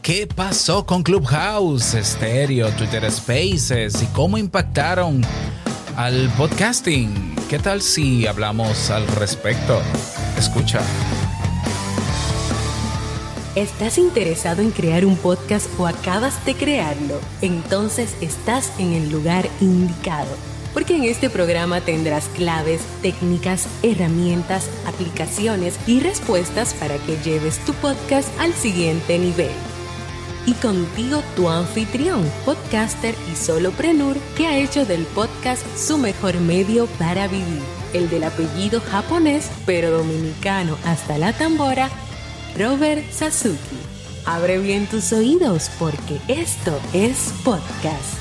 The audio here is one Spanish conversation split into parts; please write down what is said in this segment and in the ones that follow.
¿Qué pasó con Clubhouse, Stereo, Twitter Spaces y cómo impactaron al podcasting? ¿Qué tal si hablamos al respecto? Escucha. ¿Estás interesado en crear un podcast o acabas de crearlo? Entonces estás en el lugar indicado, porque en este programa tendrás claves, técnicas, herramientas, aplicaciones y respuestas para que lleves tu podcast al siguiente nivel. Y contigo tu anfitrión, podcaster y solopreneur que ha hecho del podcast su mejor medio para vivir, el del apellido japonés pero dominicano hasta la tambora, Robert Sasuki. Abre bien tus oídos porque esto es podcast.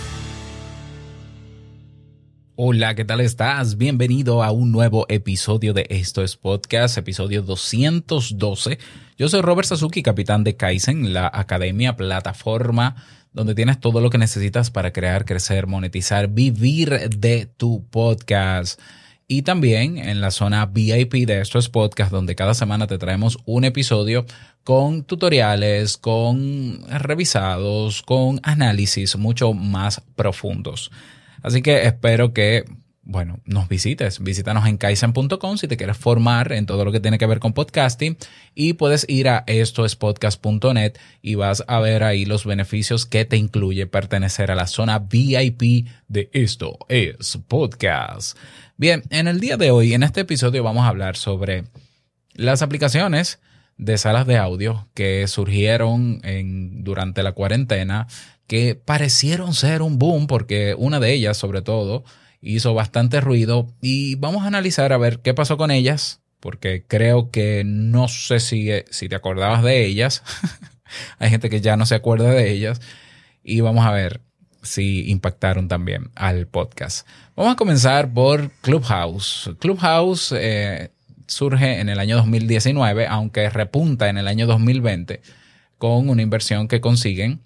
Hola, ¿qué tal estás? Bienvenido a un nuevo episodio de Esto es Podcast, episodio 212. Yo soy Robert Sasuki, capitán de Kaizen, la academia, plataforma donde tienes todo lo que necesitas para crear, crecer, monetizar, vivir de tu podcast. Y también en la zona VIP de Esto es Podcast, donde cada semana te traemos un episodio con tutoriales, con revisados, con análisis mucho más profundos. Así que espero que, nos visites. Visítanos en kaizen.com si te quieres formar en todo lo que tiene que ver con podcasting y puedes ir a estoespodcast.net y vas a ver ahí los beneficios que te incluye pertenecer a la zona VIP de Esto es Podcast. Bien, en el día de hoy, en este episodio vamos a hablar sobre las aplicaciones de salas de audio que surgieron durante la cuarentena, que parecieron ser un boom porque una de ellas, sobre todo, hizo bastante ruido y vamos a analizar a ver qué pasó con ellas, porque creo que no sé si te acordabas de ellas. Hay gente que ya no se acuerda de ellas y vamos a ver si impactaron también al podcast. Vamos a comenzar por Clubhouse. Clubhouse surge en el año 2019, aunque repunta en el año 2020 con una inversión que consiguen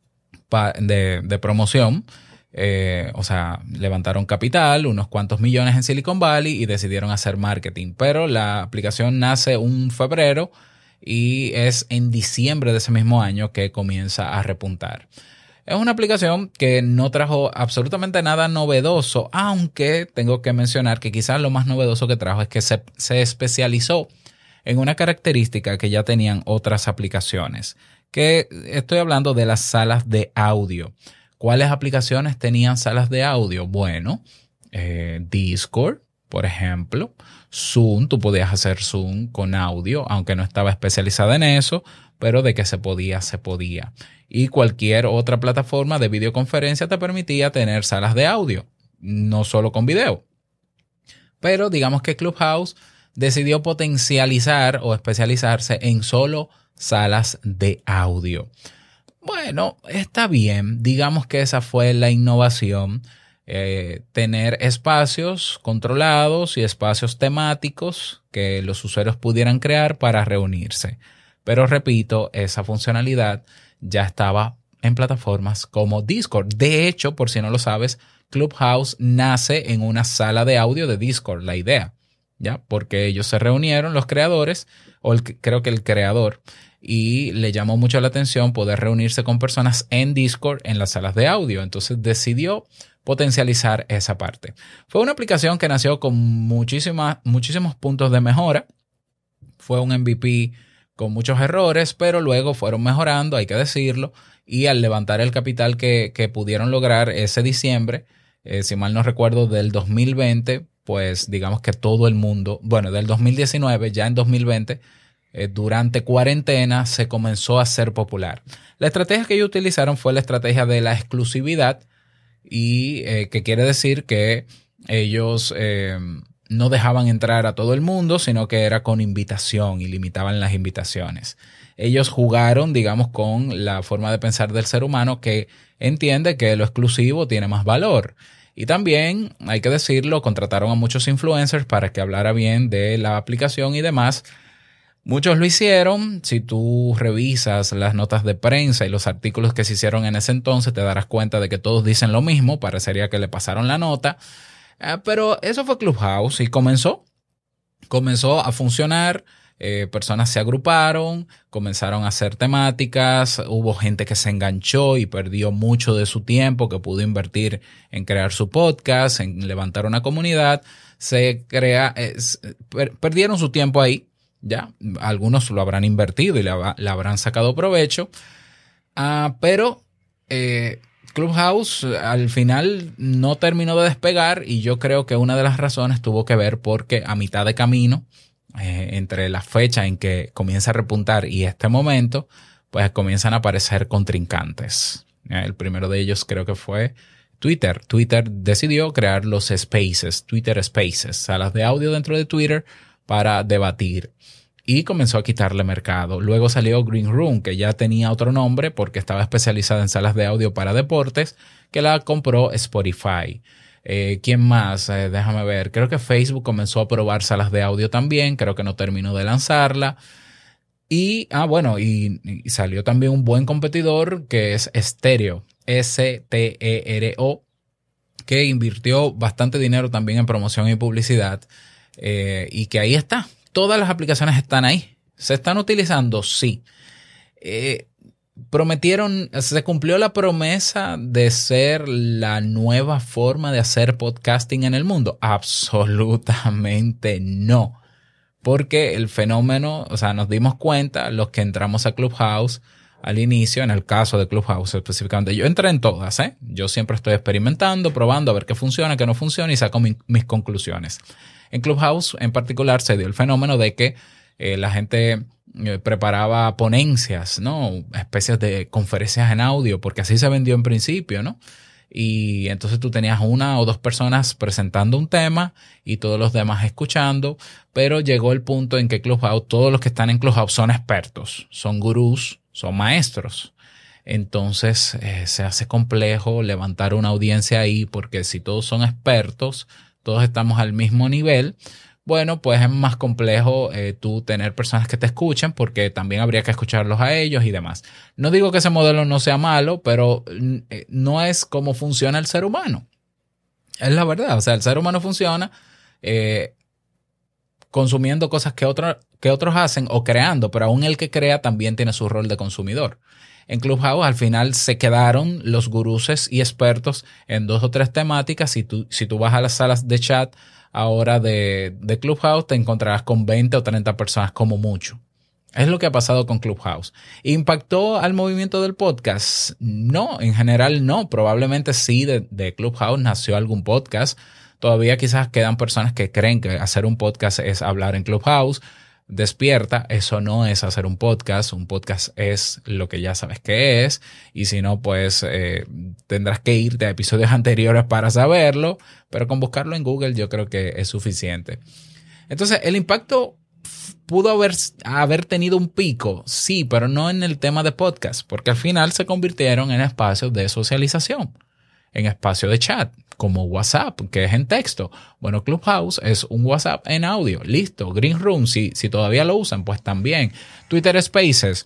de promoción. Levantaron capital, unos cuantos millones en Silicon Valley y decidieron hacer marketing. Pero la aplicación nace un febrero y es en diciembre de ese mismo año que comienza a repuntar. Es una aplicación que no trajo absolutamente nada novedoso, aunque tengo que mencionar que quizás lo más novedoso que trajo es que se especializó en una característica que ya tenían otras aplicaciones, que estoy hablando de las salas de audio. ¿Cuáles aplicaciones tenían salas de audio? Bueno, Discord, por ejemplo, Zoom, tú podías hacer Zoom con audio, aunque no estaba especializada en eso, pero de que se podía, se podía. Y cualquier otra plataforma de videoconferencia te permitía tener salas de audio, no solo con video. Pero digamos que Clubhouse decidió potencializar o especializarse en solo salas de audio. Bueno, está bien. Digamos que esa fue la innovación. Tener espacios controlados y espacios temáticos que los usuarios pudieran crear para reunirse. Pero repito, esa funcionalidad ya estaba en plataformas como Discord. De hecho, por si no lo sabes, Clubhouse nace en una sala de audio de Discord, la idea, ¿ya? Porque ellos se reunieron, los creadores, creo que el creador, y le llamó mucho la atención poder reunirse con personas en Discord en las salas de audio. Entonces decidió potencializar esa parte. Fue una aplicación que nació con muchísimos puntos de mejora. Fue un MVP con muchos errores, pero luego fueron mejorando, hay que decirlo, y al levantar el capital que pudieron lograr ese diciembre, si mal no recuerdo, del 2020, pues digamos que todo el mundo, del 2019, ya en 2020, durante cuarentena se comenzó a ser popular. La estrategia que ellos utilizaron fue la estrategia de la exclusividad y que quiere decir que ellos no dejaban entrar a todo el mundo, sino que era con invitación y limitaban las invitaciones. Ellos jugaron, digamos, con la forma de pensar del ser humano que entiende que lo exclusivo tiene más valor. Y también, hay que decirlo, contrataron a muchos influencers para que hablara bien de la aplicación y demás. Muchos lo hicieron. Si tú revisas las notas de prensa y los artículos que se hicieron en ese entonces, te darás cuenta de que todos dicen lo mismo. Parecería que le pasaron la nota. Pero eso fue Clubhouse y comenzó a funcionar. personas se agruparon, comenzaron a hacer temáticas, hubo gente que se enganchó y perdió mucho de su tiempo que pudo invertir en crear su podcast, en levantar una comunidad, perdieron su tiempo ahí, ya, algunos lo habrán invertido y le habrán sacado provecho, pero Clubhouse al final no terminó de despegar y yo creo que una de las razones tuvo que ver porque a mitad de camino, entre la fecha en que comienza a repuntar y este momento, pues comienzan a aparecer contrincantes. El primero de ellos creo que fue Twitter. Twitter decidió crear los Spaces, Twitter Spaces, salas de audio dentro de Twitter para debatir. Y comenzó a quitarle mercado. Luego salió Green Room, que ya tenía otro nombre porque estaba especializada en salas de audio para deportes, que la compró Spotify. ¿Quién más? Déjame ver. Creo que Facebook comenzó a probar salas de audio también. Creo que no terminó de lanzarla. Y salió también un buen competidor que es Stereo, Stero, que invirtió bastante dinero también en promoción y publicidad. Y que ahí está. Todas las aplicaciones están ahí. ¿Se están utilizando? Sí. Se cumplió la promesa de ser la nueva forma de hacer podcasting en el mundo. Absolutamente no. Porque el fenómeno, nos dimos cuenta, los que entramos a Clubhouse al inicio, en el caso de Clubhouse específicamente, yo entré en todas, Yo siempre estoy experimentando, probando a ver qué funciona, qué no funciona y saco mis conclusiones. En Clubhouse en particular se dio el fenómeno de que la gente preparaba ponencias, ¿no? Especies de conferencias en audio, porque así se vendió en principio, ¿no? Y entonces tú tenías una o dos personas presentando un tema y todos los demás escuchando, pero llegó el punto en que Clubhouse, todos los que están en Clubhouse son expertos, son gurús, son maestros. Entonces se hace complejo levantar una audiencia ahí porque si todos son expertos, todos estamos al mismo nivel, bueno, pues es más complejo tú tener personas que te escuchen porque también habría que escucharlos a ellos y demás. No digo que ese modelo no sea malo, pero no es como funciona el ser humano. Es la verdad, el ser humano funciona consumiendo cosas que otros hacen o creando, pero aún el que crea también tiene su rol de consumidor. En Clubhouse al final se quedaron los guruses y expertos en 2 o 3 temáticas. Si tú vas a las salas de chat ahora de Clubhouse, te encontrarás con 20 o 30 personas como mucho. Es lo que ha pasado con Clubhouse. ¿Impactó al movimiento del podcast? No, en general no. Probablemente sí de Clubhouse nació algún podcast. Todavía quizás quedan personas que creen que hacer un podcast es hablar en Clubhouse. Despierta, eso no es hacer un podcast es lo que ya sabes que es, y si no, pues tendrás que irte a episodios anteriores para saberlo, pero con buscarlo en Google yo creo que es suficiente. Entonces, el impacto pudo haber tenido un pico, sí, pero no en el tema de podcast, porque al final se convirtieron en espacios de socialización, en espacios de chat, como WhatsApp, que es en texto. Bueno, Clubhouse es un WhatsApp en audio. Listo. Green Room, si todavía lo usan, pues también. Twitter Spaces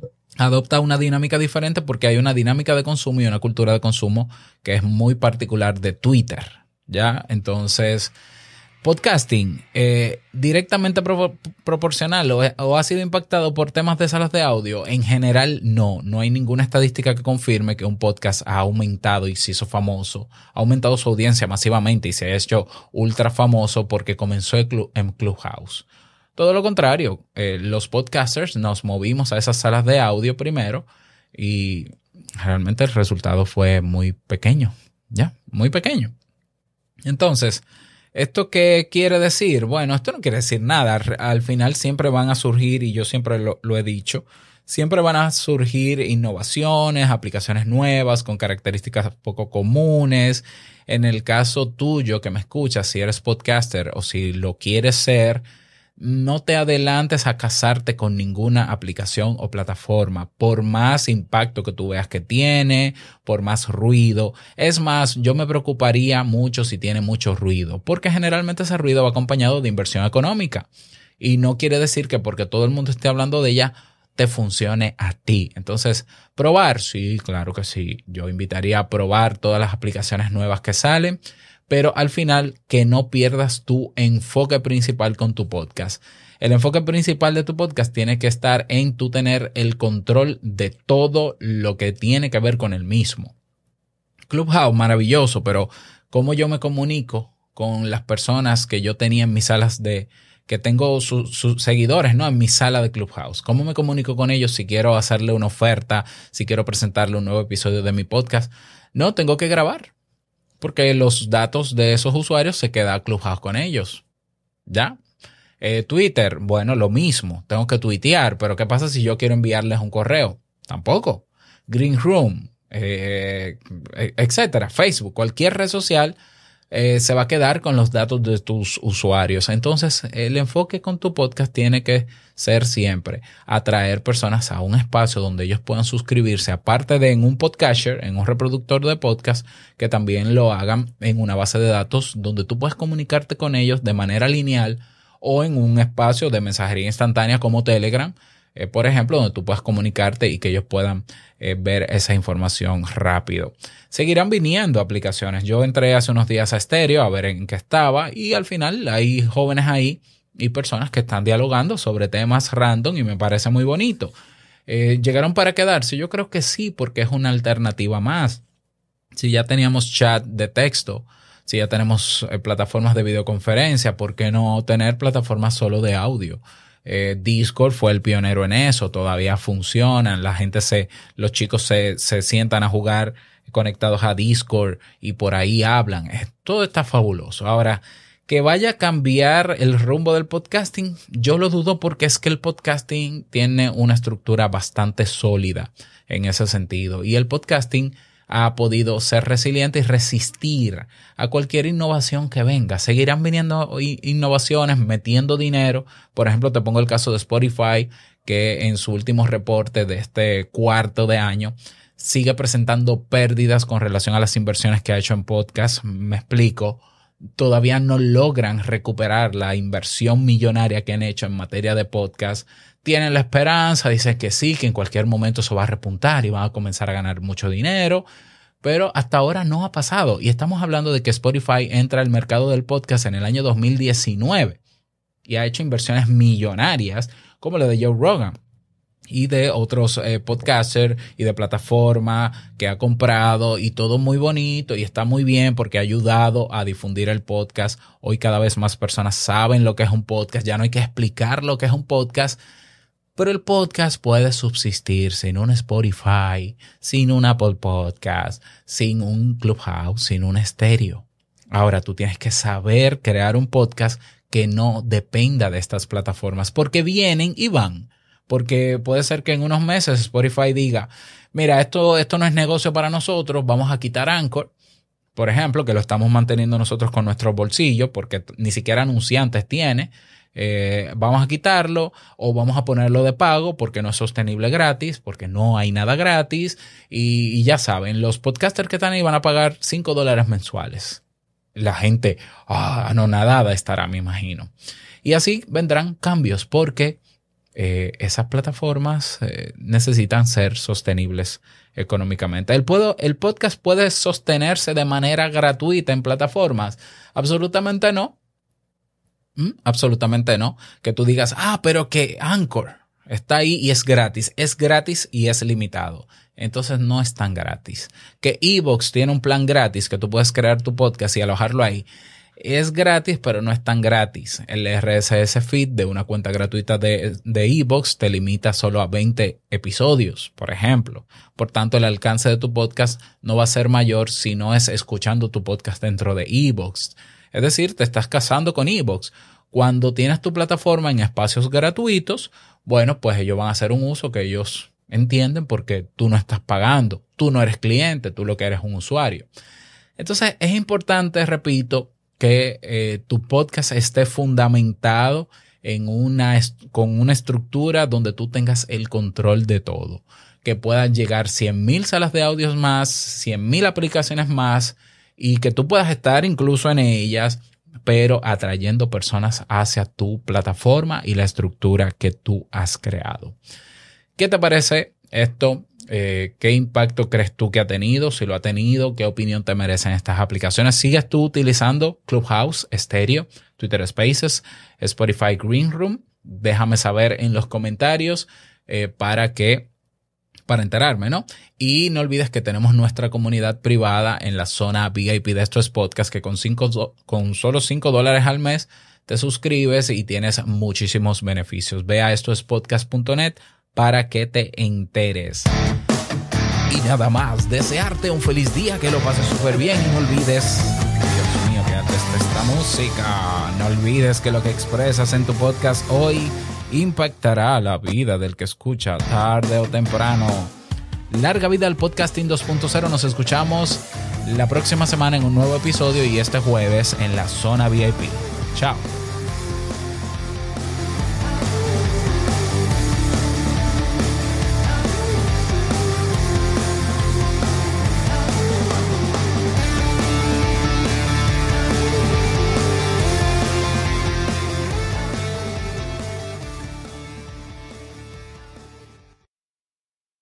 adopta una dinámica diferente porque hay una dinámica de consumo y una cultura de consumo que es muy particular de Twitter, ¿ya? Entonces, podcasting, directamente proporcional o ha sido impactado por temas de salas de audio. En general, no hay ninguna estadística que confirme que un podcast ha aumentado y se hizo famoso, ha aumentado su audiencia masivamente y se ha hecho ultra famoso porque comenzó en Clubhouse. Todo lo contrario, los podcasters nos movimos a esas salas de audio primero y realmente el resultado fue muy pequeño, muy pequeño. Entonces, ¿esto qué quiere decir? Bueno, esto no quiere decir nada. Al final siempre van a surgir, y yo siempre lo he dicho, siempre van a surgir innovaciones, aplicaciones nuevas con características poco comunes. En el caso tuyo que me escuchas, si eres podcaster o si lo quieres ser, no te adelantes a casarte con ninguna aplicación o plataforma, por más impacto que tú veas que tiene, por más ruido. Es más, yo me preocuparía mucho si tiene mucho ruido, porque generalmente ese ruido va acompañado de inversión económica. Y no quiere decir que porque todo el mundo esté hablando de ella, te funcione a ti. Entonces, probar, sí, claro que sí. Yo invitaría a probar todas las aplicaciones nuevas que salen, pero al final que no pierdas tu enfoque principal con tu podcast. El enfoque principal de tu podcast tiene que estar en tú tener el control de todo lo que tiene que ver con el mismo. Clubhouse, maravilloso, pero ¿cómo yo me comunico con las personas que yo tenía en mis salas que tengo sus seguidores, ¿no? En mi sala de Clubhouse? ¿Cómo me comunico con ellos si quiero hacerle una oferta, si quiero presentarle un nuevo episodio de mi podcast? No, tengo que grabar, porque los datos de esos usuarios se queda Clubhouse con ellos. ¿Ya? Twitter, bueno, lo mismo. Tengo que tuitear, pero ¿qué pasa si yo quiero enviarles un correo? Tampoco. Green Room, etcétera. Facebook, cualquier red social se va a quedar con los datos de tus usuarios. Entonces, el enfoque con tu podcast tiene que ser siempre atraer personas a un espacio donde ellos puedan suscribirse, aparte de en un podcatcher, en un reproductor de podcast, que también lo hagan en una base de datos donde tú puedes comunicarte con ellos de manera lineal, o en un espacio de mensajería instantánea como Telegram, por ejemplo, donde tú puedas comunicarte y que ellos puedan ver esa información rápido. Seguirán viniendo aplicaciones. Yo entré hace unos días a Stereo a ver en qué estaba, y al final hay jóvenes ahí y personas que están dialogando sobre temas random y me parece muy bonito. ¿Llegaron para quedarse? Yo creo que sí, porque es una alternativa más. Si ya teníamos chat de texto, si ya tenemos plataformas de videoconferencia, ¿por qué no tener plataformas solo de audio? Discord fue el pionero en eso, todavía funcionan, los chicos se sientan a jugar conectados a Discord y por ahí hablan. Todo está fabuloso. Ahora, que vaya a cambiar el rumbo del podcasting, yo lo dudo, porque es que el podcasting tiene una estructura bastante sólida en ese sentido, y el podcasting ha podido ser resiliente y resistir a cualquier innovación que venga. Seguirán viniendo innovaciones, metiendo dinero. Por ejemplo, te pongo el caso de Spotify, que en su último reporte de este cuarto de año sigue presentando pérdidas con relación a las inversiones que ha hecho en podcast. Me explico. Todavía no logran recuperar la inversión millonaria que han hecho en materia de podcast. Tienen la esperanza, dicen que sí, que en cualquier momento eso va a repuntar y van a comenzar a ganar mucho dinero, pero hasta ahora no ha pasado. Y estamos hablando de que Spotify entra al mercado del podcast en el año 2019 y ha hecho inversiones millonarias como la de Joe Rogan y de otros podcasters y de plataforma que ha comprado, y todo muy bonito y está muy bien porque ha ayudado a difundir el podcast. Hoy cada vez más personas saben lo que es un podcast, ya no hay que explicar lo que es un podcast, pero el podcast puede subsistir sin un Spotify, sin un Apple Podcast, sin un Clubhouse, sin un Stereo. Ahora tú tienes que saber crear un podcast que no dependa de estas plataformas, porque vienen y van. Porque puede ser que en unos meses Spotify diga, mira, esto no es negocio para nosotros, vamos a quitar Anchor, por ejemplo, que lo estamos manteniendo nosotros con nuestros bolsillos, porque ni siquiera anunciantes tiene. Vamos a quitarlo, o vamos a ponerlo de pago porque no es sostenible gratis, porque no hay nada gratis. Y ya saben, los podcasters que están ahí van a pagar $5 mensuales. La gente anonadada estará, me imagino. Y así vendrán cambios, porque esas plataformas necesitan ser sostenibles económicamente. ¿El podcast puede sostenerse de manera gratuita en plataformas? Absolutamente no. Absolutamente no. Que tú digas, pero que Anchor está ahí y es gratis. Es gratis y es limitado. Entonces no es tan gratis. Que Evox tiene un plan gratis que tú puedes crear tu podcast y alojarlo ahí. Es gratis, pero no es tan gratis. El RSS feed de una cuenta gratuita de Evox te limita solo a 20 episodios, por ejemplo. Por tanto, el alcance de tu podcast no va a ser mayor si no es escuchando tu podcast dentro de Evox. Es decir, te estás casando con Evox. Cuando tienes tu plataforma en espacios gratuitos, bueno, pues ellos van a hacer un uso que ellos entienden, porque tú no estás pagando. Tú no eres cliente, tú lo que eres un usuario. Entonces, es importante, repito, que tu podcast esté fundamentado con una estructura donde tú tengas el control de todo. Que puedan llegar 100,000 salas de audios más, 100,000 aplicaciones más, y que tú puedas estar incluso en ellas, pero atrayendo personas hacia tu plataforma y la estructura que tú has creado. ¿Qué te parece esto? ¿Qué impacto crees tú que ha tenido? Si lo ha tenido, ¿qué opinión te merecen estas aplicaciones? ¿Sigues tú utilizando Clubhouse, Stereo, Twitter Spaces, Spotify Green Room? déjame saber en los comentarios para enterarme, ¿no? Y no olvides que tenemos nuestra comunidad privada en la zona VIP de estos podcasts, que con solo $5 al mes te suscribes y tienes muchísimos beneficios. Ve a estoespodcast.net para que te enteres. Y nada más, desearte un feliz día, que lo pases súper bien y no olvides, Dios mío, quédate esta música. No olvides que lo que expresas en tu podcast hoy impactará la vida del que escucha tarde o temprano. Larga vida al podcasting 2.0. Nos escuchamos la próxima semana en un nuevo episodio y este jueves en la zona VIP. Chao.